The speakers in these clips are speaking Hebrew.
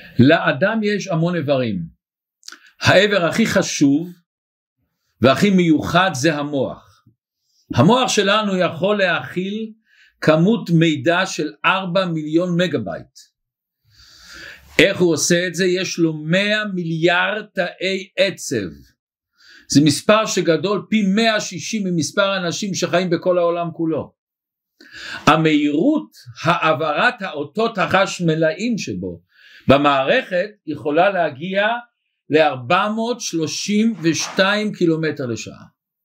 לאדם יש המון איברים. העבר הכי חשוב והכי מיוחד זה המוח. המוח שלנו יכול להכיל כמות מידע של 4 מיליון מגה-בייט. איך הוא עושה את זה? יש לו 100 מיליארד תאי עצב. זה מספר שגדול פי 160 ממספר האנשים שחיים בכל העולם כולו. המהירות העברת האותות החשמליים שבו במערכת יכולה להגיע ל-432 קילומטר לשעה.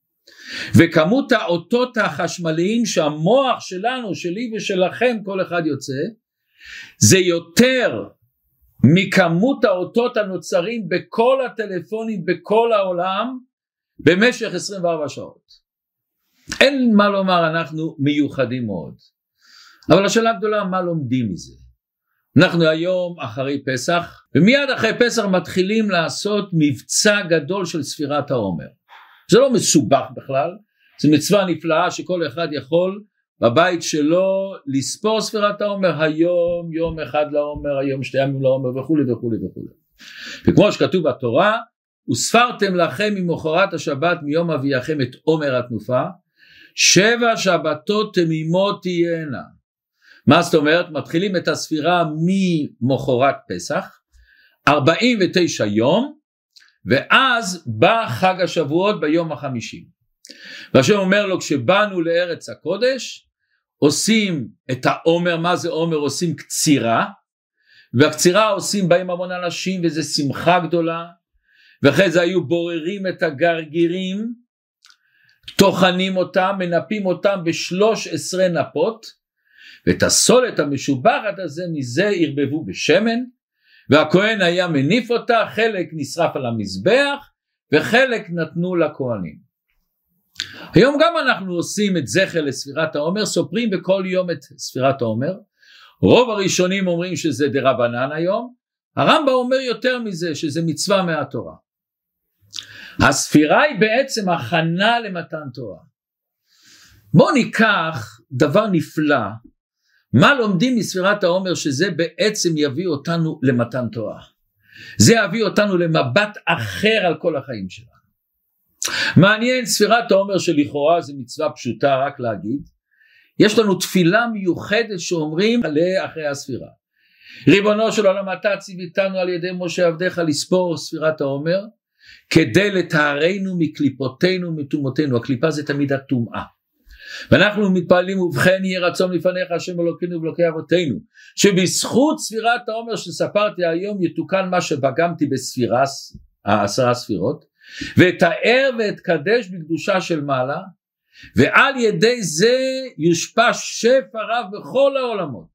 וכמות האותות החשמליים שהמוח שלנו, שלי ושלכם, כל אחד יוצא, זה יותר מכמות האותות הנוצרים בכל הטלפונים בכל העולם במשך 24 שעות. אין מה לומר, אנחנו מיוחדים מאוד. אבל השאלה הגדולה, מה לומדים מזה? אנחנו היום אחרי פסח, ומיד אחרי פסח מתחילים לעשות מבצע גדול של ספירת העומר. זה לא מסובך בכלל, זה מצווה נפלאה שכל אחד יכול בבית שלו לספור ספירת העומר, היום יום אחד לעומר, היום 2 ימים לעומר וכו' וכו' וכו'. וכמו שכתוב בתורה, וספרתם לכם ממחרת השבת מיום אביכם את עומר התנופה, 7 שבתות תמימות תהיינה. מה זאת אומרת? מתחילים את הספירה ממחרת פסח, 49 יום, ואז בא חג השבועות ביום ה-50. והשם אומר לו, כשבאנו לארץ הקודש, עושים את העומר. מה זה עומר? עושים קצירה, והקצירה עושים בהם המון אנשים, וזה שמחה גדולה, ואחרי זה היו בוררים את הגרגירים, תוכנים אותם, מנפים אותם ב13 נפות, ואת הסולת המשובחת הזה, מזה הרבבו בשמן, והכהן היה מניף אותה, חלק נשרף על המזבח, וחלק נתנו לכהנים. היום גם אנחנו עושים את זכר לספירת העומר, סופרים בכל יום את ספירת העומר. רוב הראשונים אומרים שזה דרבנן היום, הרמב"ם אומר יותר מזה, שזה מצווה מהתורה. הספירה היא בעצם הכנה למתן תורה. בואו ניקח דבר נפלא, מה לומדים מספירת העומר, שזה בעצם יביא אותנו למתן תורה. זה יביא אותנו למבט אחר על כל החיים שלנו. מעניין, ספירת העומר שלכאורה זה מצווה פשוטה רק להגיד, יש לנו תפילה מיוחדת שאומרים עליה אחרי הספירה. ריבונו של עולם, אתה ציוויתנו על ידי משה עבדך לספור ספירת העומר, כדי לטהרנו מקליפותינו ומטומאותינו. הקליפה זה תמיד הטומאה. ואנחנו מתפללים, ובכן יהיה רצון לפניך השם אלוקינו ואלוקי אבותינו, שבזכות ספירת העומר שספרתי היום יתוקן מה שבגמתי בספירה, 10 ספירות, ותאר ותקדש בקדושה של מעלה, ועל ידי זה יושפע שפע רב בכל העולמות,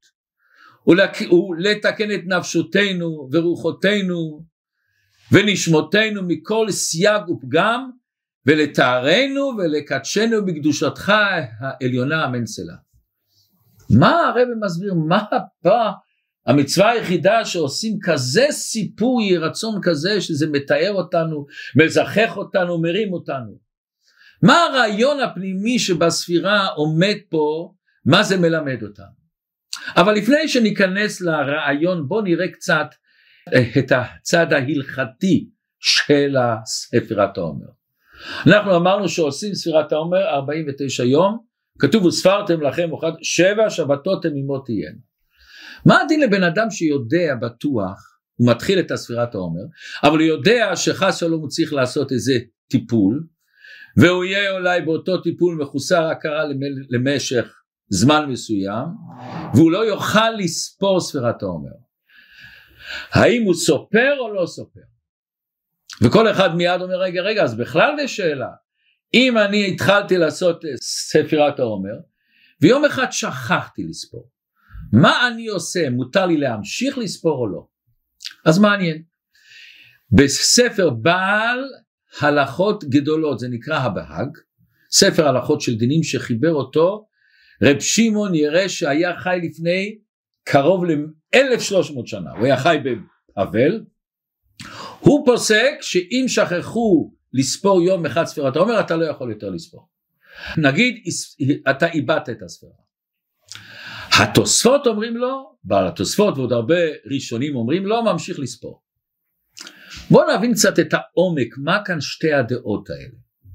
ולתקן את נפשותינו ורוחותינו ונשמותינו מכל סייג ופגם, ולתארנו ולקדשנו בקדושתך העליונה אמן סלה. מה הרב מסביר? מה פה המצווה היחידה שעושים כזה סיפור יהי רצון כזה, שזה מתאר אותנו, מזכך אותנו, מרים אותנו? מה הרעיון הפנימי שבספירה עומד פה? מה זה מלמד אותנו? אבל לפני שניכנס לרעיון, בוא נראה קצת את הצד ההלכתי של ספירת העומר. אנחנו אמרנו שעושים ספירת העומר 49 יום, כתוב וספרתם לכם 7 שבתות תמימות תהיינה. מה הדין לבן אדם שיודע בטוח, הוא מתחיל את ספירת העומר, אבל הוא יודע שחס שלום הוא צריך לעשות איזה טיפול, והוא יהיה אולי באותו טיפול מחוסר הכרה למשך זמן מסוים, והוא לא יוכל לספור ספירת העומר. האם הוא סופר או לא סופר? וכל אחד מיד אומר, רגע, אז בכלל זה שאלה. אם אני התחלתי לעשות ספירת העומר, ויום אחד שכחתי לספור, מה אני עושה? מותר לי להמשיך לספור או לא? אז מעניין. בספר בעל הלכות גדולות, זה נקרא הבהג, ספר הלכות של דינים שחיבר אותו, רב שמעון ירא שהיה חי לפני קרוב ל-1300 שנה, הוא היה חי בבבל, הוא פוסק שאם שכחו לספור יום אחד ספירת העומר, אתה לא יכול יותר לספור. נגיד, אתה איבדת את הספירה. התוספות אומרים לו, בעל התוספות ועוד הרבה ראשונים אומרים לו, ממשיך לספור. בואו נבין קצת את העומק, מה כאן שתי הדעות האלה.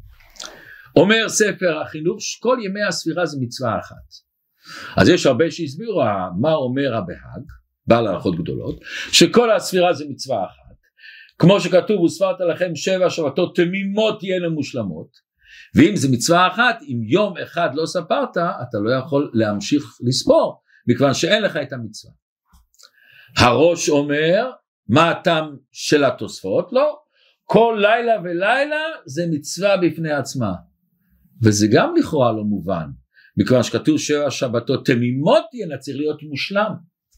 אומר ספר החינוך, שכל ימי הספירה זה מצווה אחת. אז יש הרבה שהסבירו מה אומר הבהג, בעל הלכות גדולות, שכל הספירה זה מצווה אחת. כמו שכתוב, וספרת לכם 7 שבתות תמימות תהיינה מושלמות. ואם זה מצווה אחת, אם יום אחד לא ספרת, אתה לא יכול להמשיך לספור, מכיוון שאין לך את המצווה. הראש אומר, מה הטעם של התוספות? לא, כל לילה ולילה זה מצווה בפני עצמה. וזה גם לכאורה לא מובן, מכיוון שכתוב 7 שבתות תמימות תהיינה, צריך להיות מושלם.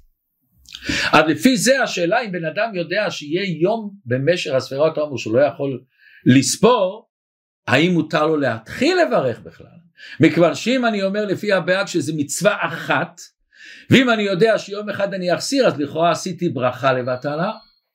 אז לפי זה השאלה אם בן אדם יודע שיהיה יום במשך הספירת העומר שהוא לא יכול לספור, האם מותר לו להתחיל לברך בכלל? מכיוון שאם אני אומר לפי הבהג שזה מצווה אחת, ואם אני יודע שיום אחד אני אחסיר, אז לכאורה עשיתי ברכה לבטלה.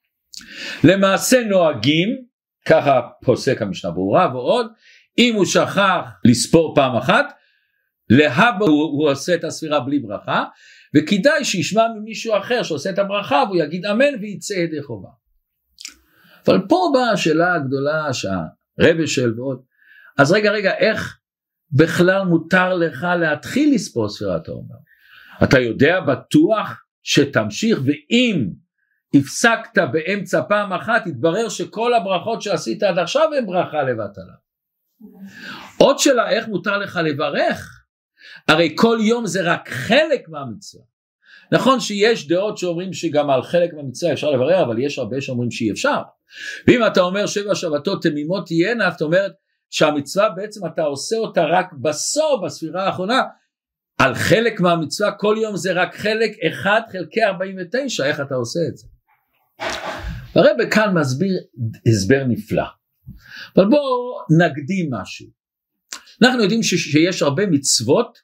למעשה נוהגים, ככה פוסק המשנה ברורה ועוד, אם הוא שכח לספור פעם אחת, להבא הוא עושה את הספירה בלי ברכה, וכדאי שישמע ממישהו אחר שעושה את הברכה, והוא יגיד אמן ויצא ידי חובה. אבל פה באה השאלה הגדולה שהרבי שואל ועוד, אז רגע, איך בכלל מותר לך להתחיל לספור ספירת העומר? אתה יודע בטוח שתמשיך, ואם הפסקת באמצע פעם אחת, יתברר שכל הברכות שעשית עד עכשיו הן ברכה לבטלה. עוד שאלה, איך מותר לך לברך? הרי כל יום זה רק חלק מהמצווה. נכון שיש דעות שאומרים שגם על חלק מהמצווה אפשר לברר, אבל יש הרבה שאומרים שאי אפשר. ואם אתה אומר 7 שבתות תמימות תהיינה, זאת אומרת שהמצווה בעצם אתה עושה אותה רק בסוף, בספירה האחרונה, על חלק מהמצווה, כל יום זה רק חלק 1 חלקי 49, איך אתה עושה את זה? הרב כאן מסביר הסבר נפלא, אבל בואו נקדים משהו. אנחנו יודעים שיש הרבה מצוות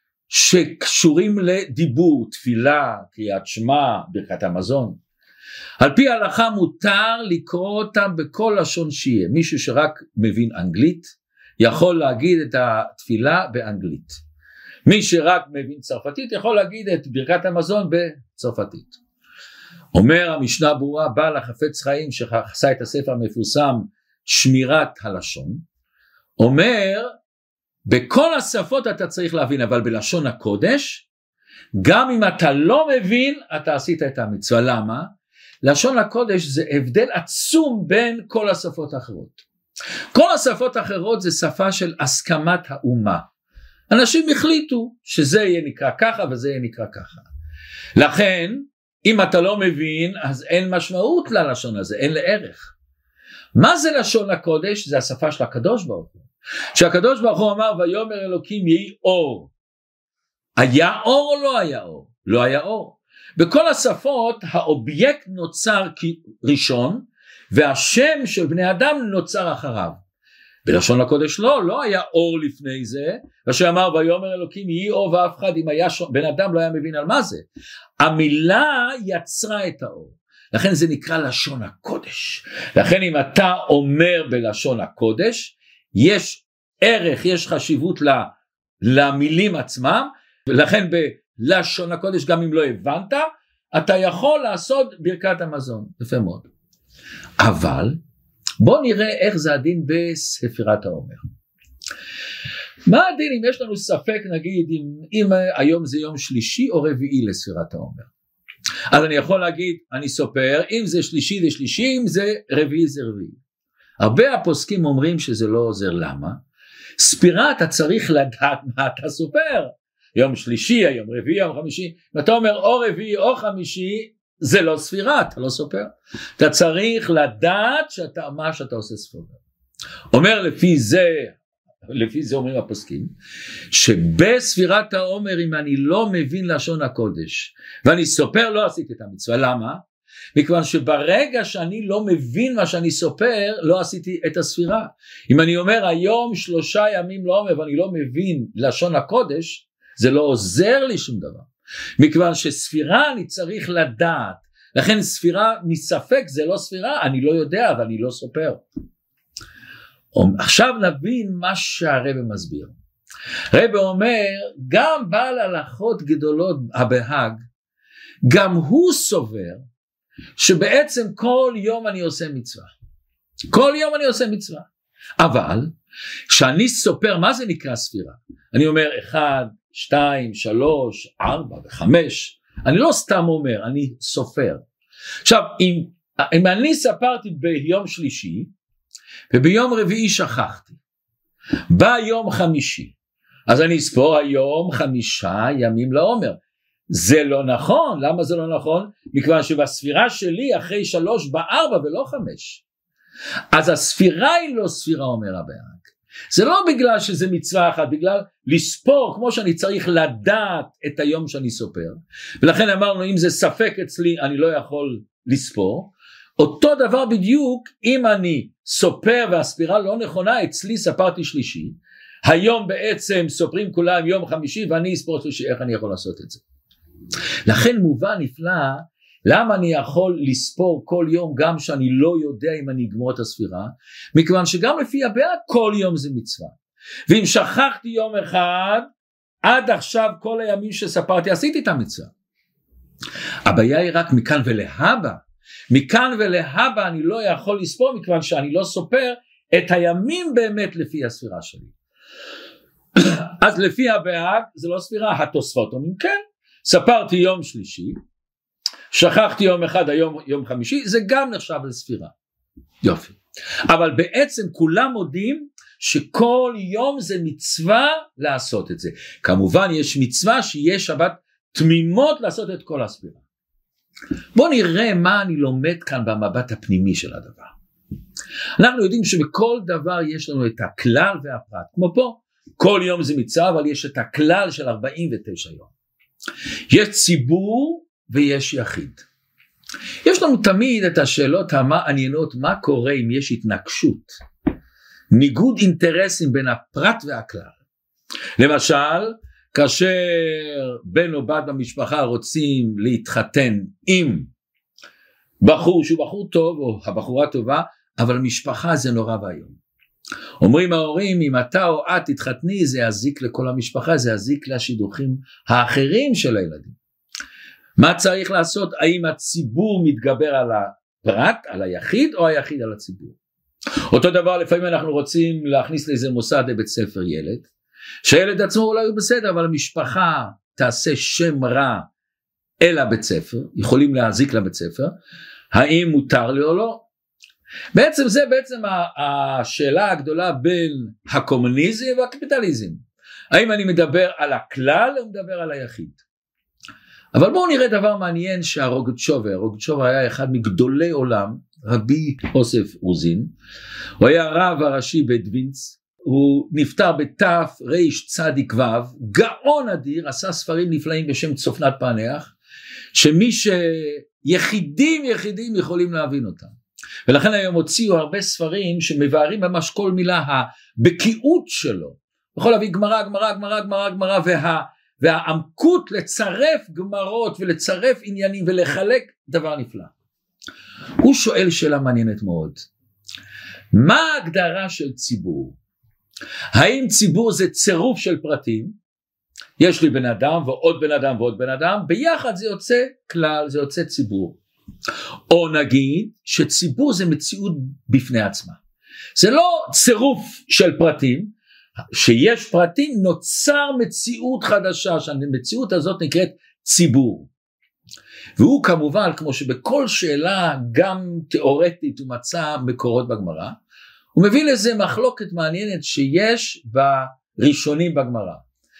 שקשורים לדיבור, תפילה, קריאת שמע, ברכת המזון. על פי ההלכה מותר לקרוא אותם בכל לשון שיהיה. מישהו שרק מבין אנגלית יכול להגיד את התפילה באנגלית. מי שרק מבין צרפתית יכול להגיד את ברכת המזון בצרפתית. אומר המשנה ברורה, בעל החפץ חיים שחסה את הספר המפורסם שמירת הלשון, אומר בכל השפות אתה צריך להבין, אבל בלשון הקודש, גם אם אתה לא מבין, אתה עשית את המצווה. למה? לשון הקודש זה הבדל עצום בין כל השפות האחרות. כל השפות האחרות זה שפה של הסכמת האומה. אנשים החליטו שזה יהיה נקרא ככה וזה יהיה נקרא ככה. לכן, אם אתה לא מבין, אז אין משמעות ללשון הזה, אין לערך. מה זה לשון הקודש? זה השפה של הקדוש ברוך הוא. שהקדוש ברוך הוא אמר, ויאמר אלוקים יהי אור. היה אור או לא היה אור? לא היה אור. בכל השפות האובייקט נוצר ראשון, והשם של בני אדם נוצר אחריו. בלשון הקודש לא היה אור לפני זה, ושאמר ויאמר אלוקים יהי אור ואף אחד, אם היה בן אדם לא היה מבין על מה זה. המילה יצרה את האור. לכן זה נקרא לשון הקודש. לכן אם אתה אומר בלשון הקודש, יש ערך, יש חשיבות למילים עצמם, ולכן בלשון הקודש גם אם לא הבנת, אתה יכול לעשות ברכת המזון, יפה מאוד. אבל בוא נראה איך זה הדין בספירת העומר. מה הדין אם יש לנו ספק, נגיד אם היום זה יום שלישי או רביעי לספירת העומר? אז אני יכול להגיד, אני סופר, אם זה שלישי זה שלישי, אם זה רביעי זה רביעי. הרבה הפוסקים אומרים שזה לא עוזר. למה? ספירה אתה צריך לדעת מה אתה סופר. יום שלישי, היום רביעי, יום חמישי. ואתה אומר או רביעי או חמישי, זה לא ספירה, אתה לא סופר. אתה צריך לדעת מה שאתה עושה ספירה. אומר לפי זה אומרים הפוסקים, שבספירת העומר אם אני לא מבין לשון הקודש, ואני סופר, לא עשיתי את המצווה. למה? מכיוון שברגע שאני לא מבין מה שאני סופר, לא עשיתי את הספירה. אם אני אומר היום 3 ימים לא עומר, ואני לא מבין לשון הקודש, זה לא עוזר לי שום דבר. מכיוון שספירה אני צריך לדעת. לכן ספירה מספק זה לא ספירה, אני לא יודע ואני לא סופר. עכשיו נבין מה שהרב מסביר. רב אומר, גם בעל הלכות גדולות הבהג, גם הוא סובר, שבעצם כל יום אני עושה מצווה. כל יום אני עושה מצווה. אבל, כשאני סופר, מה זה נקרא ספירה? אני אומר 1, 2, 3, 4 ו5, אני לא סתם אומר, אני סופר. עכשיו, אם אני ספרתי ביום שלישי, וביום רביעי שכחתי, בא יום חמישי, אז אני אספור היום 5 ימים לעומר. זה לא נכון. למה זה לא נכון? מכיוון שבספירה שלי אחרי 3 ב4 ולא 5. אז הספירה היא לא ספירה, אומר הבהג. זה לא בגלל שזה מצווה אחת, בגלל לספור כמו שאני צריך לדעת את היום שאני סופר. ולכן אמרנו, אם זה ספק אצלי אני לא יכול לספור. אותו דבר בדיוק אם אני סופר והספירה לא נכונה, אצלי ספרתי שלישי, היום בעצם סופרים כולם יום חמישי ואני אספור שלישי, איך אני יכול לעשות את זה? לכן מובן נפלא למה אני יכול לספור כל יום גם שאני לא יודע אם אני אגמור את הספירה, מכיוון שגם לפי הבהג כל יום זה מצווה. ואם שכחתי יום אחד, עד עכשיו כל הימים שספרתי עשיתי את המצווה. הבעיה היא רק מכאן ולהבא. מכאן ולהבא אני לא יכול לספור, מכיוון שאני לא סופר את הימים באמת לפי הספירה שלי. אז לפי הבהג זה לא ספירה. התוספות אומרים כן, ספרתי יום שלישי, שכחתי יום אחד, היום יום חמישי, זה גם נחשב לספירה. יופי. אבל בעצם כולם מודים שכל יום זה מצווה לעשות את זה. כמובן יש מצווה שיש שבת תמימות לעשות את כל הספירה. בואו נראה מה אני לומד כאן במבט הפנימי של הדבר. אנחנו יודעים שבכל דבר יש לנו את הכלל והפרט. כמו פה, כל יום זה מצווה, אבל יש את הכלל של 49 יום. יש ציבור ויש יחיד. יש לנו תמיד את השאלות המעניינות, מה קורה אם יש התנגשות, ניגוד אינטרסים בין הפרט והכלל. למשל, כאשר בן או בת במשפחה רוצים להתחתן עם בחור שהוא בחור טוב או הבחורה טובה, אבל משפחה זה נורא והיום. אומרים ההורים, אם אתה או את תתחתני, זה יזיק לכל המשפחה, זה יזיק לשידוכים האחרים של הילדים. מה צריך לעשות? האם הציבור מתגבר על הפרט, על היחיד, או היחיד על הציבור? אותו דבר, לפעמים אנחנו רוצים להכניס לאיזה מוסד לבית ספר ילד, שהילד עצמו אולי הוא בסדר, אבל המשפחה תעשה שם רע אל הבית ספר, יכולים להזיק לבית ספר, האם מותר לי או לא? בעצם זה השאלה הגדולה בין הקומוניזם והקפיטליזם. האם אני מדבר על הכלל או מדבר על היחיד? אבל בואו נראה דבר מעניין שהרוגצ'ובר היה אחד מגדולי עולם, רבי יוסף רוזין, הוא היה הרב הראשי בדווינץ, הוא נפטר בתף ריש צדיק וו, גאון אדיר, עשה ספרים נפלאים בשם צופנת פענח, שמי שיחידים יכולים להבין אותם. ולכן היום הוציאו הרבה ספרים שמבארים ממש כל מילה הבקיאות שלו. יכול להביא גמרא, והעמקות לצרף גמרות ולצרף עניינים ולחלק דבר נפלא. הוא שואל שאלה מעניינת מאוד. מה ההגדרה של ציבור? האם ציבור זה צירוף של פרטים? יש לי בן אדם ועוד בן אדם ועוד בן אדם, ביחד זה יוצא כלל, זה יוצא ציבור. או נגיד שציבור זה מציאות בפני עצמה. זה לא צירוף של פרטים, שיש פרטים נוצר מציאות חדשה, שהמציאות הזאת נקראת ציבור. והוא כמובן, כמו שבכל שאלה גם תיאורטית הוא מצא מקורות בגמרא, הוא מביא לזה מחלוקת מעניינת שיש בראשונים בגמרא.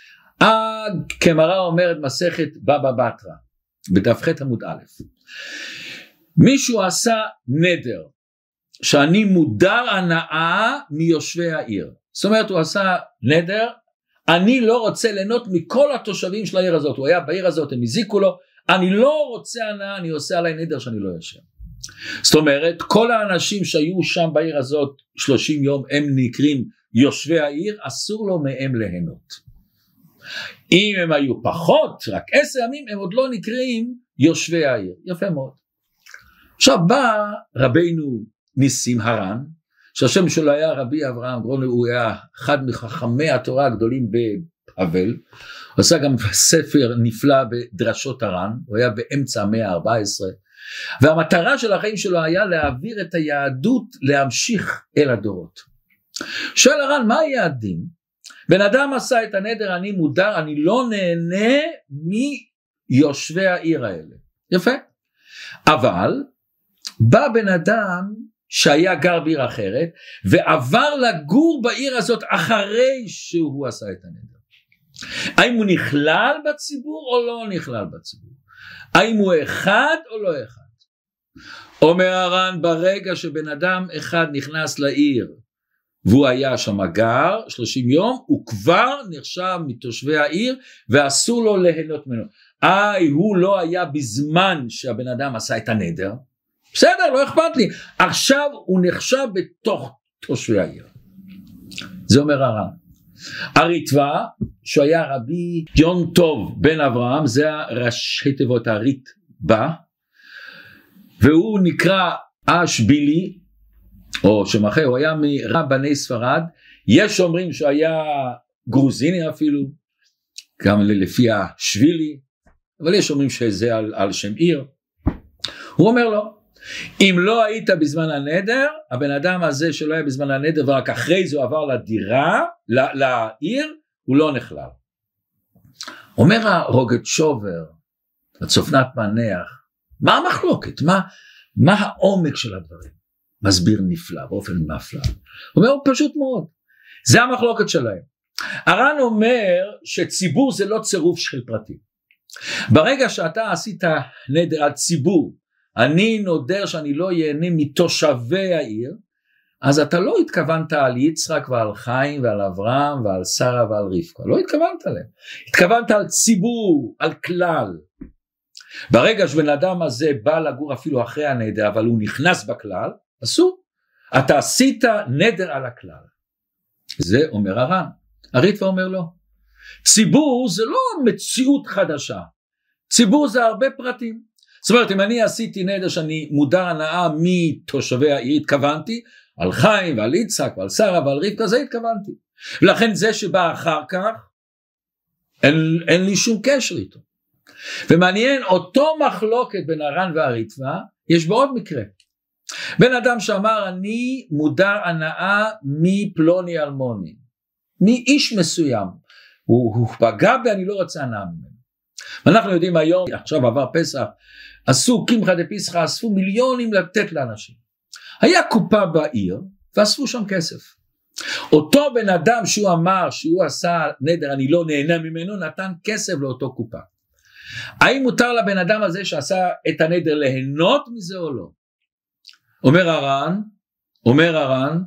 הגמרא אומרת מסכת בבא בתרא, בדף ח' עמוד א', מישהו עשה נדר, שאני מודר הנאה מיושבי העיר. זאת אומרת, הוא עשה נדר, אני לא רוצה ליהנות מכל התושבים של העיר הזאת, הוא היה בעיר הזאת, הם הזיקו לו, אני לא רוצה הנאה, אני עושה עליי נדר שאני לא יושב. זאת אומרת, כל האנשים שהיו שם בעיר הזאת 30 יום, הם נקראים יושבי העיר, אסור לו מהם ליהנות. אם הם היו פחות, רק 10 ימים, הם עוד לא נקראים יושבי העיר. יפה מאוד. עכשיו בא רבינו ניסים הרן, שהשם שלו היה רבי אברהם גרונר, הוא היה אחד מחכמי התורה הגדולים בבבל, הוא עשה גם ספר נפלא בדרשות הר"ן, הוא היה באמצע המאה ה-14, והמטרה של החיים שלו היה להעביר את היהדות, להמשיך אל הדורות. שואל הר"ן, מה היעדים? בן אדם עשה את הנדר, אני מודר, אני לא נהנה מיושבי העיר האלה. יפה. אבל בא בן אדם שהיה גר בעיר אחרת, ועבר לגור בעיר הזאת אחרי שהוא עשה את הנדר. האם הוא נכלל בציבור או לא נכלל בציבור? האם הוא אחד או לא אחד? אומר הר"ן, ברגע שבן אדם אחד נכנס לעיר, והוא היה שם גר 30 יום, הוא כבר נחשב מתושבי העיר, ואסור לו ליהנות ממנו. הוא לא היה בזמן שהבן אדם עשה את הנדר, בסדר, לא אכפת לי, עכשיו הוא נחשב בתוך תושבי העיר. זה אומר הר"ן. הריטב"א, שהיה רבי יום טוב בן אברהם, זה הראשי תיבות הריטב"א, והוא נקרא אשבילי, או שמחה, הוא היה מרבני ספרד, יש אומרים שהוא היה גרוזיני אפילו, גם לפי השבילי, אבל יש אומרים שזה על שם עיר. הוא אומר לו, אם לא היית בזמן הנדר, הבן אדם הזה שלא היה בזמן הנדר, ורק אחרי זה הוא עבר לדירה, לעיר, הוא לא נכלל. אומר הרוגצ'ובר, הצופנת מניח, מה המחלוקת? מה העומק של הדברים? מסביר נפלא, באופן נפלא. הוא אומר, פשוט מאוד. זה המחלוקת שלהם. הר"ן אומר שציבור זה לא צירוף של פרטים. ברגע שאתה עשית נדר על ציבור, אני נודר שאני לא ייהנה מתושבי העיר, אז אתה לא התכוונת על יצחק ועל חיים ועל אברהם ועל שרה ועל רבקה. לא התכוונת עליהם. התכוונת על ציבור, על כלל. ברגע שבן אדם הזה בא לגור אפילו אחרי הנדר, אבל הוא נכנס בכלל, אסור. אתה עשית נדר על הכלל. זה אומר הר"ן. הריטב"א אומר לו, ציבור זה לא מציאות חדשה. ציבור זה הרבה פרטים. זאת אומרת, אם אני עשיתי נדר שאני מודר הנאה מתושבי העיר, התכוונתי על חיים ועל יצחק ועל שרה ועל רבקה, זה התכוונתי. ולכן זה שבא אחר כך, אין לי שום קשר איתו. ומעניין, אותו מחלוקת בין הר"ן והריטב"א, יש בעוד מקרה. בן אדם שאמר, אני מודר הנאה מפלוני אלמוני, מאיש מסוים, הוא פגע בי, אני לא רוצה הנאה ממנו. ואנחנו יודעים היום, עכשיו עבר פסח, עשו קמחא דפסחא, אספו מיליונים לתת לאנשים. היה קופה בעיר, ואספו שם כסף. אותו בן אדם שהוא אמר, שהוא עשה נדר, אני לא נהנה ממנו, נתן כסף לאותו קופה. האם מותר לבן אדם הזה שעשה את הנדר ליהנות מזה או לא? אומר הר"ן,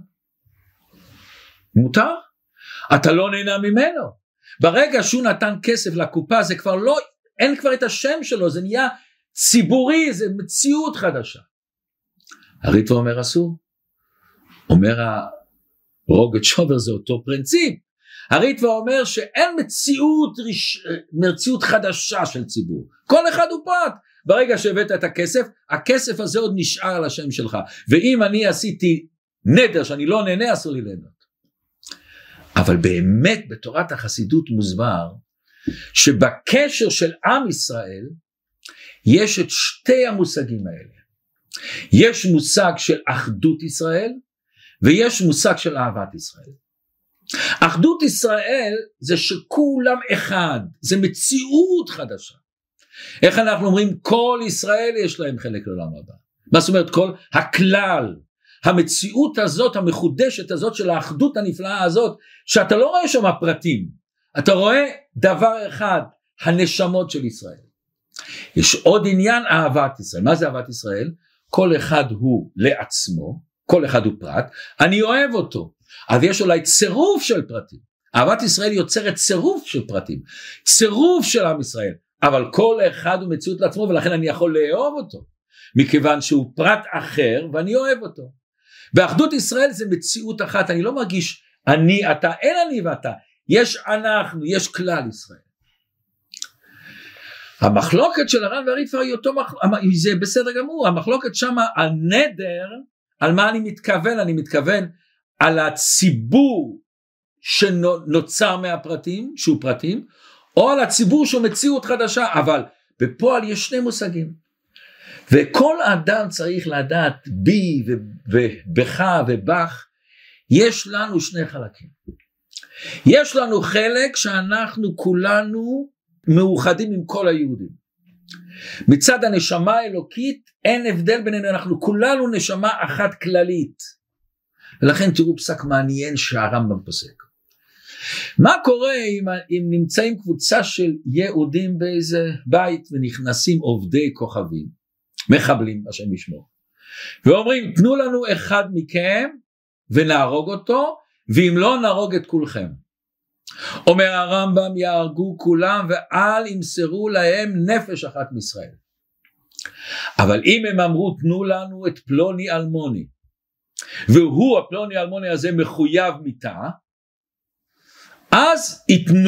מותר? אתה לא נהנה ממנו. ברגע שהוא נתן כסף לקופה, זה כבר לא, אין כבר את השם שלו, זה נהיה ציבורי, זה מציאות חדשה. הריטב"א אומר אסור. אומר הרוגצ'ובר, זה אותו פרינציפ. הריטב"א אומר שאין מציאות חדשה של ציבור. כל אחד הוא פרט. ברגע שהבאת את הכסף, הכסף הזה עוד נשאר על השם שלך. ואם אני עשיתי נדר שאני לא נהנה, אסור לי ליהנות. אבל באמת בתורת החסידות מוסבר, שבקשר של עם ישראל, יש את שתי המושגים האלה. יש מושג של אחדות ישראל, ויש מושג של אהבת ישראל. אחדות ישראל זה שכולם אחד, זה מציאות חדשה. איך אנחנו אומרים, כל ישראל יש להם חלק לעולם הבא. מה זאת אומרת כל הכלל, המציאות הזאת, המחודשת הזאת של האחדות הנפלאה הזאת, שאתה לא רואה שם הפרטים, אתה רואה דבר אחד, הנשמות של ישראל. יש עוד עניין, אהבת ישראל. מה זה אהבת ישראל? כל אחד הוא לעצמו, כל אחד הוא פרט, אני אוהב אותו. אז יש אולי צירוף של פרטים. אהבת ישראל יוצרת צירוף של פרטים, צירוף של עם ישראל, אבל כל אחד הוא מציאות לעצמו, ולכן אני יכול לאהוב אותו, מכיוון שהוא פרט אחר ואני אוהב אותו. באחדות ישראל זה מציאות אחת, אני לא מרגיש אני אתה, אין אני ואתה, יש אנחנו, יש כלל ישראל. המחלוקת של הר"ן והריטב"א היא אותו זה בסדר גמור, המחלוקת שמה על נדר, על מה אני מתכוון על הציבור שנוצר מהפרטים, שהוא פרטים, או על הציבור שהוא מציאות חדשה, אבל בפועל יש שני מושגים. וכל אדם צריך לדעת בי ובך ובך, יש לנו שני חלקים. יש לנו חלק שאנחנו כולנו מאוחדים עם כל היהודים. מצד הנשמה האלוקית אין הבדל בינינו, אנחנו כולנו נשמה אחת כללית. ולכן תראו פסק מעניין שהרמב"ם פוסק. מה קורה אם נמצאים קבוצה של יהודים באיזה בית ונכנסים עובדי כוכבים, מחבלים, השם ישמור, ואומרים תנו לנו אחד מכם ונהרוג אותו, ואם לא נהרוג את כולכם. אומר הרמב"ם יהרגו כולם ואל ימסרו להם נפש אחת מישראל. אבל אם הם אמרו תנו לנו את פלוני אלמוני, והוא הפלוני אלמוני הזה מחויב מיתה, אז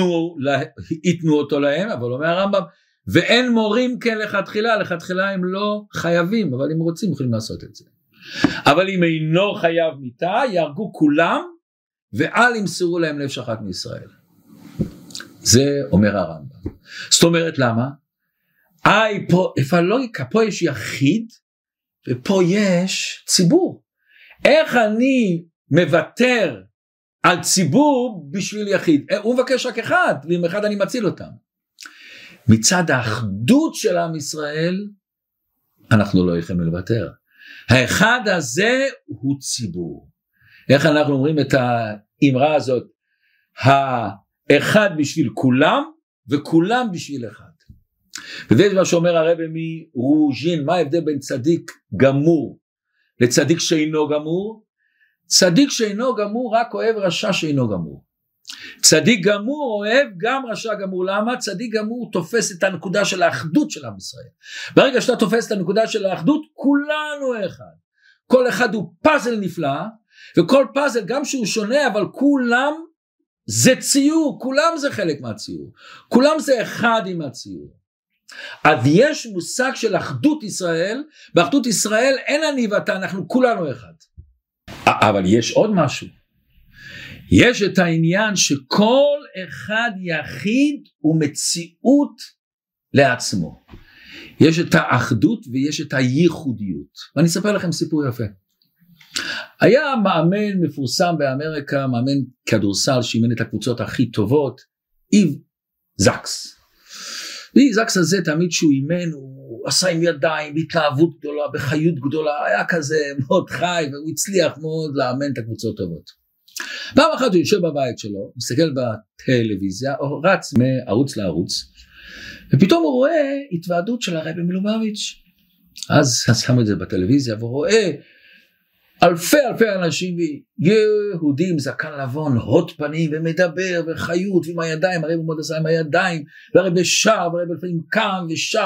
יתנו אותו להם. אבל אומר הרמב"ם ואין מורים כן לכתחילה הם לא חייבים, אבל אם רוצים יכולים לעשות את זה. אבל אם אינו חייב מיתה יהרגו כולם ואל ימסרו להם נפש אחת מישראל. זה אומר הרמב"ם. זאת אומרת למה? איפה הלוגיקה? פה יש יחיד ופה יש ציבור. איך אני מוותר על ציבור בשביל יחיד? הוא מבקש רק אחד, ועם אחד אני מציל אותם. מצד האחדות של עם ישראל אנחנו לא יכולים לוותר. האחד הזה הוא ציבור. איך אנחנו אומרים את האמרה הזאת? האחד בשביל כולם וכולם בשביל אחד. וזה מה שאומר הרב מרוז'ין. מה ההבדל בין צדיק גמור לצדיק שאינו גמור? צדיק שאינו גמור רק אוהב רשע שאינו גמור. צדיק גמור אוהב גם רשע גמור. למה? צדיק גמור תופס את הנקודה של האחדות של עם ישראל. ברגע שאתה תופס את הנקודה של האחדות, כולנו אחד. כל אחד הוא פאזל נפלא, וכל פאזל גם שהוא שונה, אבל כולם זה ציור, כולם זה חלק מהציור, כולם זה אחד עם הציור. אז יש מושג של אחדות ישראל. באחדות ישראל אין אני ואתה, אנחנו כולנו אחד. אבל יש עוד משהו. יש את העניין שכל אחד יחיד הוא מציאות לעצמו. יש את האחדות ויש את הייחודיות. ואני אספר לכם סיפור יפה. היה מאמן מפורסם באמריקה, מאמן כדורסל שאימן את הקבוצות הכי טובות, איב זקס. ואיב זקס הזה תמיד שהוא אימן, הוא עשה עם ידיים, בהתלהבות גדולה, בחיות גדולה, היה כזה מאוד חי, והוא הצליח מאוד לאמן את הקבוצות טובות. פעם אחת הוא יושב בבית שלו, מסתכל בטלוויזיה, או רץ מערוץ לערוץ, ופתאום הוא רואה התוועדות של הרבי מלובביץ'. אז שמו את זה בטלוויזיה, והוא רואה אלפי אנשים יהודים, זקן לבון, הוד פנים, ומדבר, וחיות, ועם הידיים, הרבי מאוד עשה עם הידיים, והרבי שר, והרבי לפעמים קם ושר,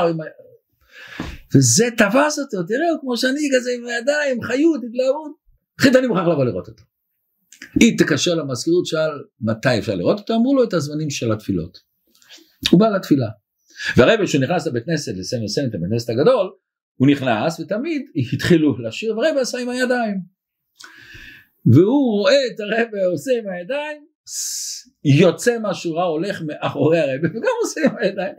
וזה תפס אותו, תראו, כמו שאני כזה עם הידיים, חיות, התלהבות, אחרי אני מוכרח לבוא לראות אותו. היא תקשר למזכירות, שאל מתי אפשר לראות אותו, אמרו לו את הזמנים של התפילות. הוא בא לתפילה, והרבי שנכנס לבית כנסת, לסיים את הבית כנסת הגדול, הוא נכנס ותמיד התחילו לשיר, והרבי עשה עם הידיים, והוא רואה את הרבי עושה עם הידיים, יוצא מהשורה, הולך מאחורי הרבי, וגם עושה עם הידיים,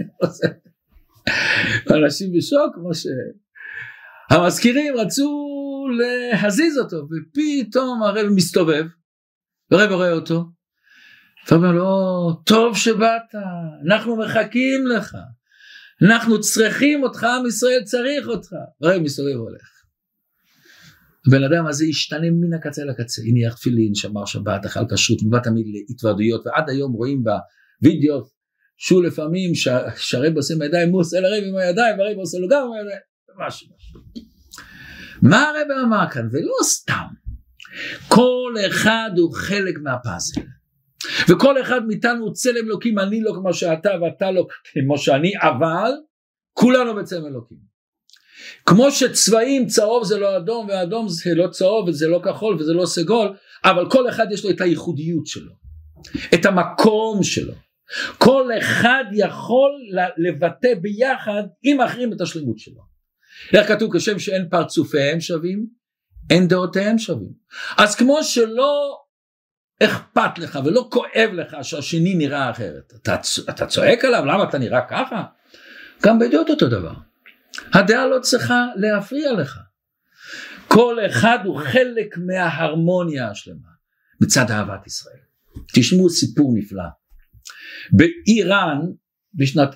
אנשים בשוק, כמו שהמזכירים רצו להזיז אותו, ופתאום הרבי מסתובב, והרבי רואה אותו, ואומר לו, טוב שבאת, אנחנו מחכים לך, אנחנו צריכים אותך, עם ישראל צריך אותך. והרבי מסתובב והולך. הבן אדם הזה השתנה מן הקצה לקצה, הניח תפילין, שמר שבת, אכל כשרות, מבא תמיד להתוועדויות, ועד היום רואים בווידאו, שהוא לפעמים שהרבי עושה עם הידיים, הוא עושה לרבי עם הידיים, והרבי עושה לו גם עם הידיים, משהו. מה הרבי אמר כאן? ולא סתם, כל אחד הוא חלק מהפאזל, וכל אחד מאיתנו הוא צלם אלוקים, אני לא כמו שאתה ואתה לא כמו שאני, אבל כולנו בצלם אלוקים. כמו שצבעים, צהוב זה לא אדום, ואדום זה לא צהוב, וזה לא כחול, וזה לא סגול, אבל כל אחד יש לו את הייחודיות שלו, את המקום שלו. כל אחד יכול לבטא ביחד עם אחרים את השלמות שלו. איך כתוב? כשם שאין פרצופיהם שווים, אין דעותיהם שווים. אז כמו שלא אכפת לך ולא כואב לך שהשני נראה אחרת, אתה צועק עליו, למה אתה נראה ככה? גם בדעות אותו דבר. הדעה לא צריכה להפריע לך. כל אחד הוא חלק מההרמוניה השלמה, מצד אהבת ישראל. תשמעו סיפור נפלא. באיראן, בשנת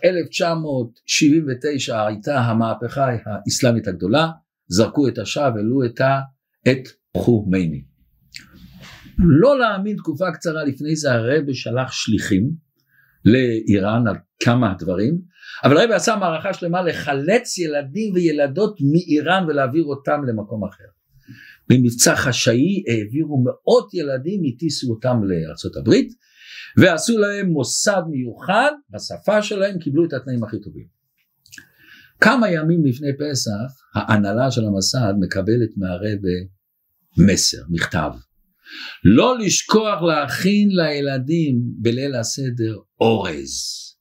1979 הייתה המהפכה האסלאמית הגדולה, זרקו את השאה והעלו את חומייני. לא להאמין, תקופה קצרה לפני זה הרב שלח שליחים לאיראן על כמה דברים, אבל הרב עשה מערכה שלמה לחלץ ילדים וילדות מאיראן ולהעביר אותם למקום אחר. במבצע חשאי העבירו מאות ילדים, הטיסו אותם לארצות הברית, ועשו להם מוסד מיוחד בשפה שלהם, קיבלו את התנאים הכי טובים. כמה ימים לפני פסח ההנהלה של המסד מקבלת מהרב מסר, מכתב, לא לשכוח להכין לילדים בליל הסדר אורז.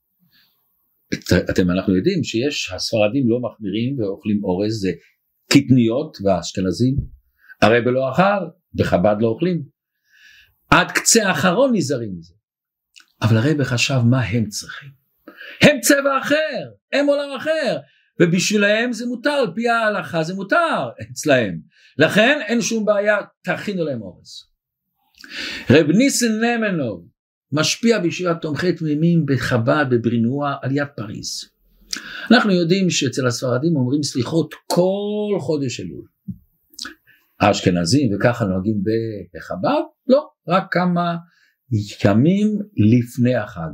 אנחנו יודעים שיש הספרדים לא מחמירים ואוכלים אורז, זה קטניות, והאשכנזים הרב לא אכל, בחב"ד לא אוכלים, עד קצה האחרון נזהרים מזה. אבל הרב חשב מה הם צריכים, הם צבע אחר, הם עולם אחר, ובשבילהם זה מותר, על פי ההלכה זה מותר אצלהם, לכן אין שום בעיה, תכינו להם אורז. רב ניסן נמנוב משפיע בישיבת תומכי תמימים בחב"ד בברינוע על יד פריז. אנחנו יודעים שאצל הספרדים אומרים סליחות כל חודש אלול, האשכנזים וככה נוהגים בחב"ד לא, רק כמה ימים לפני החג,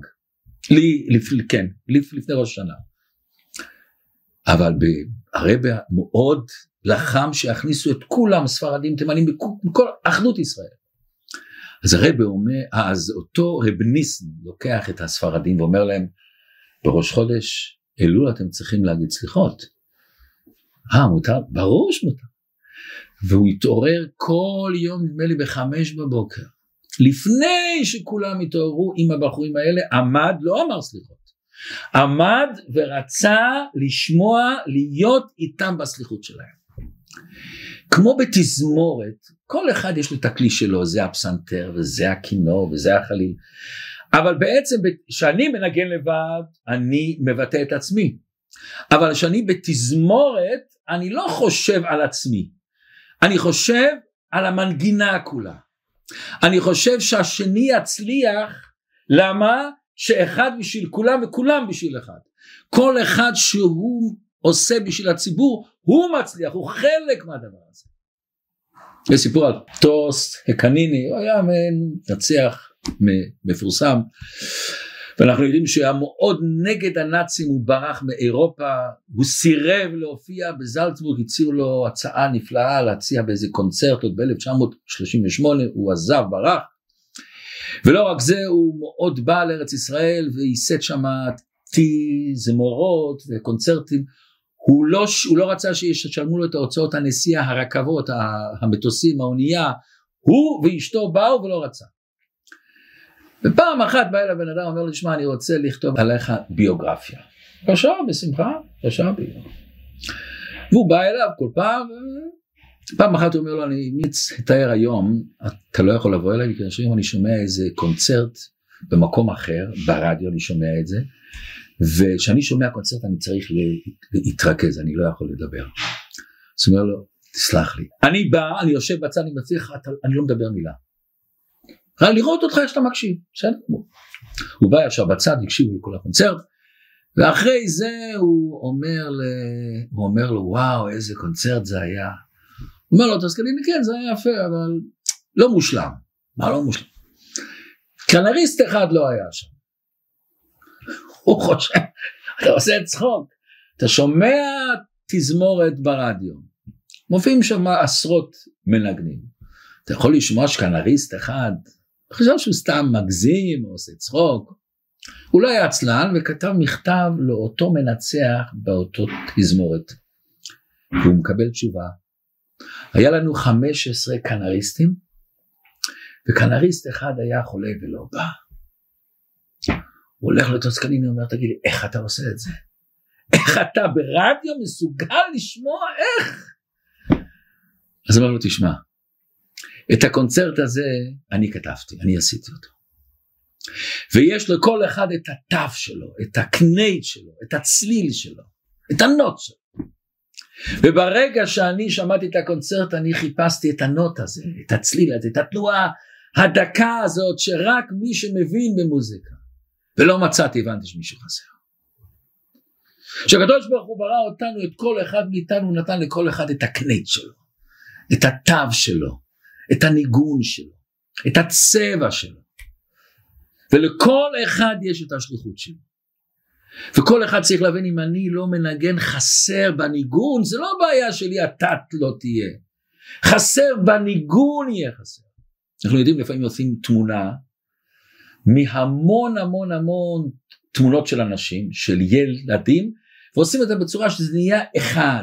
לפני ראש שנה. אבל הרב מאוד לחם שיכניסו את כולם ספרדים תימנים בכל אחדות ישראל. אז הרב אומר, אז אותו רב ניסן לוקח את הספרדים ואומר להם, בראש חודש אלול אתם צריכים להגיד סליחות. מותר? ברור שמותר. והוא התעורר כל יום, נדמה לי 5 בבוקר, לפני שכולם התעוררו עם הבחורים האלה, עמד, לא אמר סליחות, עמד ורצה לשמוע, להיות איתם בסליחות שלהם. כמו בתזמורת, כל אחד יש לו את הכלי שלו, זה הפסנתר וזה הכינור וזה החליל, אבל בעצם כשאני מנגן לבד, אני מבטא את עצמי, אבל כשאני בתזמורת, אני לא חושב על עצמי, אני חושב על המנגינה כולה, אני חושב שהשני יצליח, למה? שאחד בשביל כולם וכולם בשביל אחד, כל אחד שהוא עושה בשביל הציבור, הוא מצליח, הוא חלק מהדבר הזה. יש סיפור על טוס הקניני, הוא היה נצח מפורסם, ואנחנו יודעים שהוא היה מאוד נגד הנאצים, הוא ברח מאירופה, הוא סירב להופיע בזלצבורג, הציעו לו הצעה נפלאה להציע באיזה קונצרט עוד ב-1938, הוא עזב, ברח, ולא רק זה, הוא מאוד בא לארץ ישראל וייסד שם זמורות וקונצרטים. הוא לא רצה שישלמו לו את ההוצאות הנסיעה, הרכבות, המטוסים, האונייה, הוא ואשתו באו ולא רצה. ופעם אחת בא אליו בן אדם, אומר לי, שמע, אני רוצה לכתוב עליך ביוגרפיה. ישר, בשמחה, ישר ביוגרפיה. והוא בא אליו כל פעם אחת הוא אומר לו, אני מתאר היום, אתה לא יכול לבוא אליי, כי אני שומע איזה קונצרט במקום אחר, ברדיו אני שומע את זה, וכשאני שומע קונצרט אני צריך להתרכז, אני לא יכול לדבר. אז הוא אומר לו, תסלח לי, אני בא, אני יושב בצד, אני מצליח, אני לא מדבר מילה. רק לראות אותך שאתה מקשיב, בסדר? הוא בא ישר בצד, הקשיב לכל הקונצרט, ואחרי זה הוא אומר לו, וואו, איזה קונצרט זה היה. הוא אומר לו, תסקליני, כן, זה היה יפה, אבל לא מושלם. מה לא מושלם? קנריסט אחד לא היה שם. הוא חושב, אתה עושה צחוק, אתה שומע תזמורת ברדיו, מופיעים שם עשרות מנגנים, אתה יכול לשמוע שקנריסט אחד, חושב שהוא סתם מגזים או עושה צחוק, הוא לא היה עצלן וכתב מכתב לאותו מנצח באותו תזמורת, והוא מקבל תשובה, היה לנו 15 קנריסטים, וקנריסט אחד היה חולה ולא בא, הוא הולך לטוסקליני ואומר, תגיד לי, איך אתה עושה את זה? איך אתה ברדיו מסוגל לשמוע? איך? אז אז אמר לו, תשמע, את הקונצרט הזה אני כתבתי, אני עשיתי אותו. ויש לכל אחד את התו שלו, את הקנייט שלו, את הצליל שלו, את הנוט שלו. וברגע שאני שמעתי את הקונצרט, אני חיפשתי את הנוט הזה, את הצליל הזה, את התנועה הדקה הזאת, שרק מי שמבין במוזיקה. ולא מצאתי, הבנתי שמישהו חסר. שהקדוש ברוך הוא ברא אותנו, את כל אחד מאיתנו, נתן לכל אחד את הקנייט שלו, את התו שלו, את הניגון שלו, את הצבע שלו. ולכל אחד יש את השליחות שלו. וכל אחד צריך להבין, אם אני לא מנגן חסר בניגון, זה לא בעיה שלי, התת לא תהיה. חסר בניגון יהיה חסר. אנחנו יודעים, לפעמים עושים תמונה, מהמון המון המון תמונות של אנשים, של ילדים, ועושים את זה בצורה שזה נהיה אחד.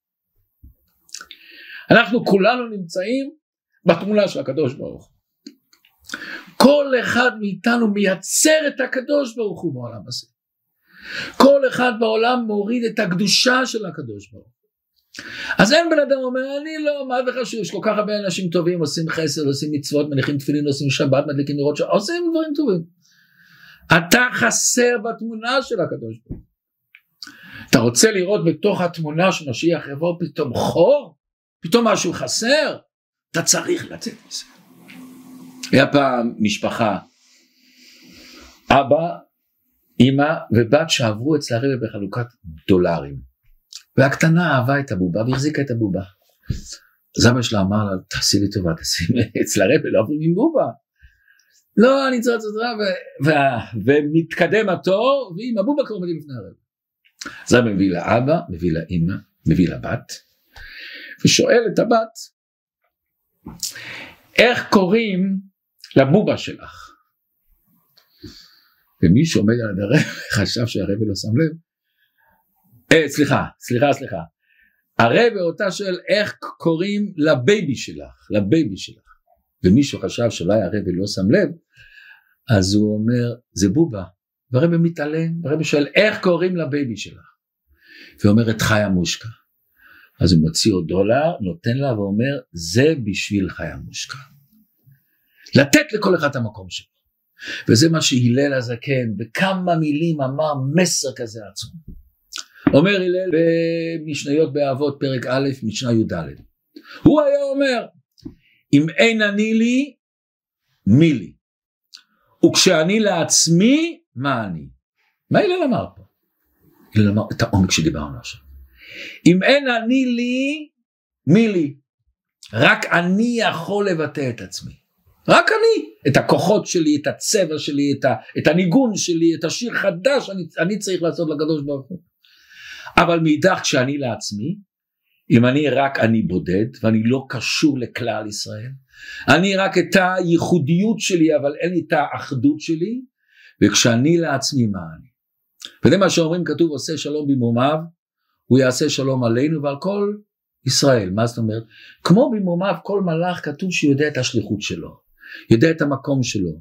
אנחנו כולנו נמצאים בתמונה של הקדוש ברוך הוא. כל אחד מאיתנו מייצר את הקדוש ברוך הוא בעולם הזה. כל אחד בעולם מוריד את הקדושה של הקדוש ברוך הוא. אז אין בן אדם אומר, אני לא, מה זה חשוב, יש כל כך הרבה אנשים טובים, עושים חסד, עושים מצוות, מניחים תפילין, עושים שבת, מדליקים נרות, עושים דברים טובים. אתה חסר בתמונה של הקדוש ברוך הוא. אתה רוצה לראות בתוך התמונה שמשיח יבוא פתאום חור, פתאום משהו חסר, אתה צריך לצאת מזה. היה פעם משפחה, אבא, אמא ובת שעברו אצל הרבי בחלוקת דולרים, והקטנה אהבה את הבובה והחזיקה את הבובה. אז אבא שלה אמר לה, תעשי לי טובה, תשים אצל הרבי, לא עוברים עם בובה. לא, אני צריך ומתקדם התור, ועם הבובה כבר עומדים לפני הרבי. אז אבא מביא לאבא, מביא לאמא, מביא לבת, ושואל את הבת, איך קוראים לבובה שלך? ומי שעומד על הרבי חשב שהרבי לא שם לב. סליחה. הרבי אותה שואל איך קוראים לבייבי שלך, ומישהו חשב שאולי הרבי לא שם לב, אז הוא אומר זה בובה, והרבי מתעלם, והרבי שואל איך קוראים לבייבי שלך, ואומרת חיה מושקה. אז הוא מוציא עוד דולר, נותן לה ואומר זה בשביל חיה מושקה. לתת לכל אחד את המקום שלו. וזה מה שהילל הזקן בכמה מילים אמר, מסר כזה עצום. אומר הלל במשניות באבות פרק א' משנה י"ד, הוא היה אומר אם אין אני לי מי לי, וכשאני לעצמי מה אני. מה הלל אמר פה? הלל אמר את העומק שדיברנו עכשיו. אם אין אני לי מי לי, רק אני יכול לבטא את עצמי, רק אני, את הכוחות שלי, את הצבע שלי, את הניגון שלי, את השיר חדש אני צריך לעשות לקדוש ברוך הוא. אבל מאידך כשאני לעצמי, אם אני רק אני בודד ואני לא קשור לכלל ישראל, אני רק את הייחודיות שלי אבל אין לי את האחדות שלי, וכשאני לעצמי מה אני. וזה מה שאומרים, כתוב עושה שלום במרומיו, הוא יעשה שלום עלינו ועל כל ישראל. מה זאת אומרת? כמו במרומיו כל מלאך כתוב שיודע את השליחות שלו, יודע את המקום שלו.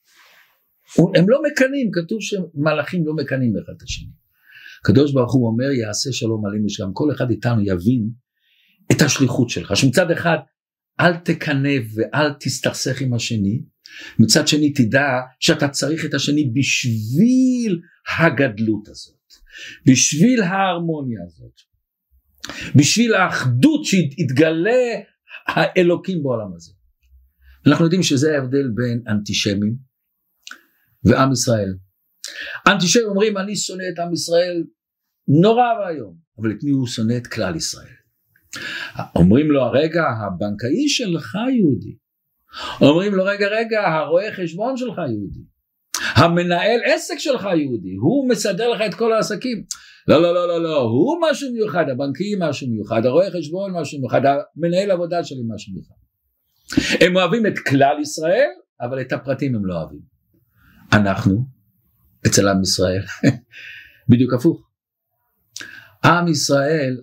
הם לא מקנים, כתוב שמלאכים לא מקנים אחד את השני. הקדוש ברוך הוא אומר יעשה שלום עלינו, שגם כל אחד איתנו יבין את השליחות שלך, שמצד אחד אל תקנא ואל תסתכסך עם השני, מצד שני תדע שאתה צריך את השני בשביל הגדלות הזאת, בשביל ההרמוניה הזאת, בשביל האחדות שיתגלה האלוקים בעולם הזה. אנחנו יודעים שזה ההבדל בין אנטישמים ועם ישראל. אנטישמים אומרים אני שונא את עם ישראל נורא והיום, אבל את מי הוא שונא? את כלל ישראל. אומרים לו הרגע הבנקאי שלך יהודי, אומרים לו רגע הרואה חשבון שלך יהודי, המנהל עסק שלך יהודי, הוא מסדר לך את כל העסקים. לא, הוא משהו מיוחד, הבנקאי משהו מיוחד, הרואה חשבון משהו מיוחד, המנהל עבודה שלי משהו מיוחד. הם אוהבים את כלל ישראל, אבל את הפרטים הם לא אוהבים. אנחנו אצל עם ישראל בדיוק הפוך. עם ישראל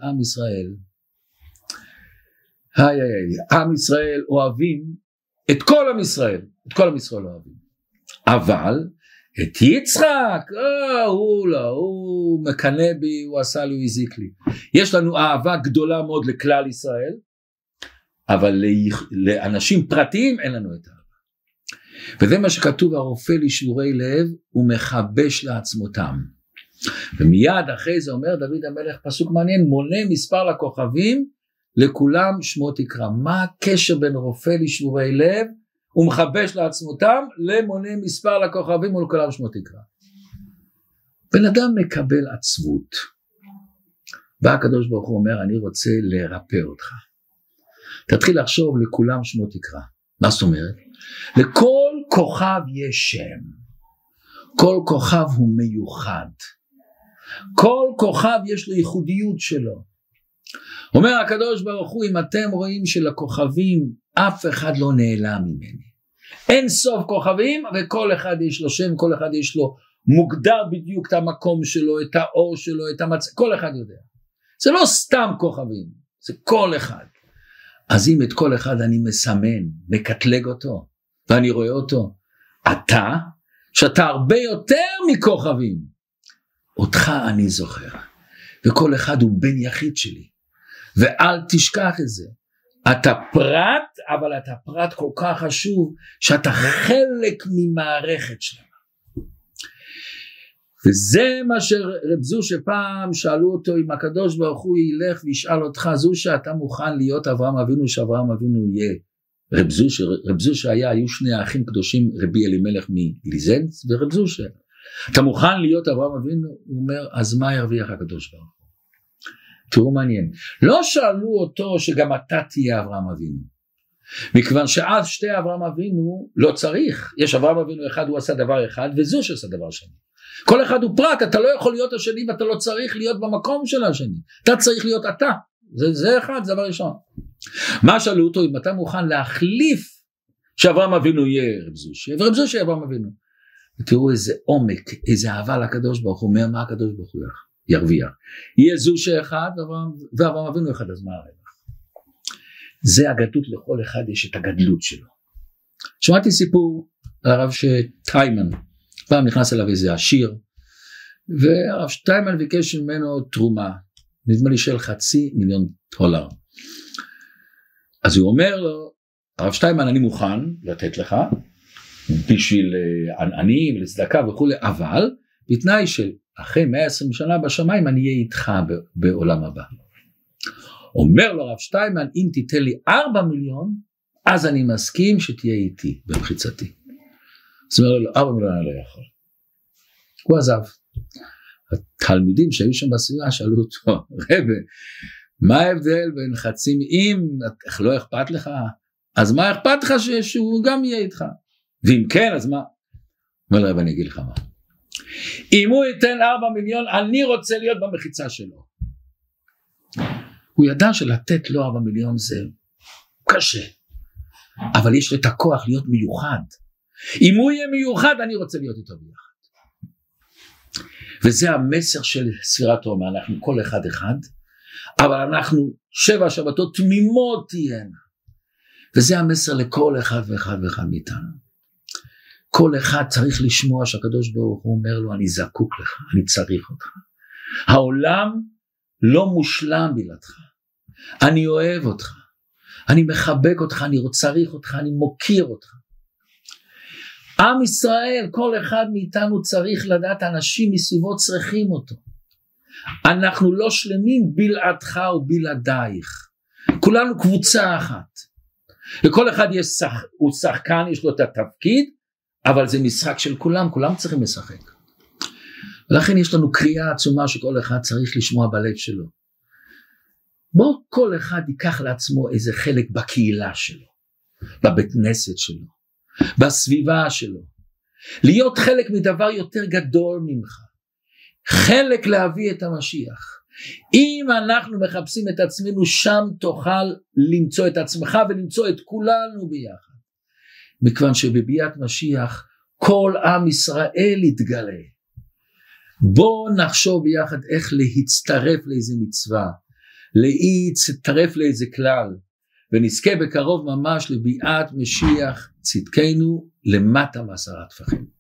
עם ישראל אוהבים את כל עם ישראל, את כל עם ישראל אוהבים, אבל את יצחק הוא מקנא בי, הוא עשה לי, הוא הזיק לי. יש לנו אהבה גדולה מאוד לכלל ישראל, אבל לאנשים פרטיים אין לנו את האהבה. וזה מה שכתוב, הרופא לשבורי לב הוא מכבש לעצמותם. ומיד אחרי זה אומר דוד המלך פסוק מעניין, מונה מספר לכוכבים, לכולם שמו תקרא. מה הקשר בין רופא לשבורי לב ומכבש לעצמותם למונה מספר לכוכבים ולכולם שמו תקרא? בן אדם מקבל עצבות, בא הקדוש ברוך הוא אומר אני רוצה לרפא אותך, תתחיל לחשוב לכולם שמו תקרא. מה זאת אומרת? לכל כוכב יש שם, כל כוכב הוא מיוחד, כל כוכב יש לו ייחודיות שלו. אומר הקדוש ברוך הוא, אם אתם רואים שלכוכבים אף אחד לא נעלם ממני, אין סוף כוכבים וכל אחד יש לו שם, כל אחד יש לו מוגדר בדיוק את המקום שלו, את האור שלו, את כל אחד יודע. זה לא סתם כוכבים, זה כל אחד. אז אם את כל אחד אני מסמן, מקטלג אותו, ואני רואה אותו, אתה, שאתה הרבה יותר מכוכבים, אותך אני זוכר, וכל אחד הוא בן יחיד שלי, ואל תשכח את זה. אתה פרט, אבל אתה פרט כל כך חשוב, שאתה חלק ממערכת שלנו. וזה מה שרב זושה פעם שאלו אותו, אם הקדוש ברוך הוא ילך וישאל אותך, זושה אתה מוכן להיות אברהם אבינו, שאברהם אבינו יהיה רב זושה היו שני האחים קדושים, רבי אלימלך מליזנץ ורב זושה. אתה מוכן להיות אברהם אבינו? הוא אומר, אז מה ירוויח הקדוש ברוך הוא? תראו מעניין, לא שאלו אותו שגם אתה תהיה אברהם אבינו, מכיוון שאז שתי אברהם אבינו לא צריך, יש אברהם אבינו אחד הוא עשה דבר אחד וזושה עשה דבר שני, כל אחד הוא פרט, אתה לא יכול להיות השני ואתה לא צריך להיות במקום של השני, אתה צריך להיות אתה, זה אחד, זה דבר ראשון. מה שאלו אותו, אם אתה מוכן להחליף שאברהם אבינו יהיה רב זושה ורב זושה יהיה אברהם אבינו, ותראו איזה עומק, איזה אהבה לקדוש ברוך הוא, אומר מה הקדוש ברוך הוא ירוויח, יהיה זושה אחד ואברהם אבינו אחד, אז מה הרווח? זה הגדלות, לכל אחד יש את הגדלות שלו. שמעתי סיפור על הרב שטיימן, פעם נכנס אליו איזה עשיר, והרב שטיימן ביקש ממנו תרומה, נדמה לי של $500,000. אז הוא אומר לו, הרב שטיימן אני מוכן לתת לך, בשביל עניים ולצדקה וכו', אבל בתנאי של אחרי 120 שנה בשמיים אני אהיה איתך בעולם הבא. אומר לו הרב שטיימן, אם תיתן לי 4 מיליון, אז אני מסכים שתהיה איתי במחיצתי. זאת אומרת, 4 מיליון אני לא יכול. הוא עזב. התלמידים שהיו שם בסביבה שאלו אותו, רבי, מה ההבדל בין חצי, אם לא אכפת לך, אז מה אכפת לך שהוא גם יהיה איתך? ואם כן, אז מה? אומר רבי, אני אגיד לך מה. אם הוא ייתן 4 מיליון, אני רוצה להיות במחיצה שלו. הוא ידע שלתת לו 4 מיליון זה קשה, אבל יש לו את הכוח להיות מיוחד. אם הוא יהיה מיוחד, אני רוצה להיות איתו ביחד. וזה המסר של ספירת העומר, אנחנו כל אחד אחד, אבל אנחנו 7 שבתות תמימות תהיינה. וזה המסר לכל אחד ואחד ואחד מאיתנו. כל אחד צריך לשמוע שהקדוש ברוך הוא אומר לו, אני זקוק לך, אני צריך אותך. העולם לא מושלם בלעדך. אני אוהב אותך, אני מחבק אותך, אני צריך אותך, אני מוקיר אותך. עם ישראל, כל אחד מאיתנו צריך לדעת, אנשים מסביבו צריכים אותו. אנחנו לא שלמים בלעדך ובלעדייך. כולנו קבוצה אחת. לכל אחד הוא שחקן, יש לו את התפקיד, אבל זה משחק של כולם, כולם צריכים לשחק. ולכן יש לנו קריאה עצומה שכל אחד צריך לשמוע בלב שלו. בוא כל אחד ייקח לעצמו איזה חלק בקהילה שלו, בבית כנסת שלו, בסביבה שלו. להיות חלק מדבר יותר גדול ממך. חלק להביא את המשיח. אם אנחנו מחפשים את עצמנו, שם תוכל למצוא את עצמך ולמצוא את כולנו ביחד. מכיוון שבביאת משיח כל עם ישראל יתגלה. בוא נחשוב ביחד איך להצטרף לאיזה מצווה, להצטרף לאיזה כלל, ונזכה בקרוב ממש לביאת משיח צדקנו למטה מ10 טפחים.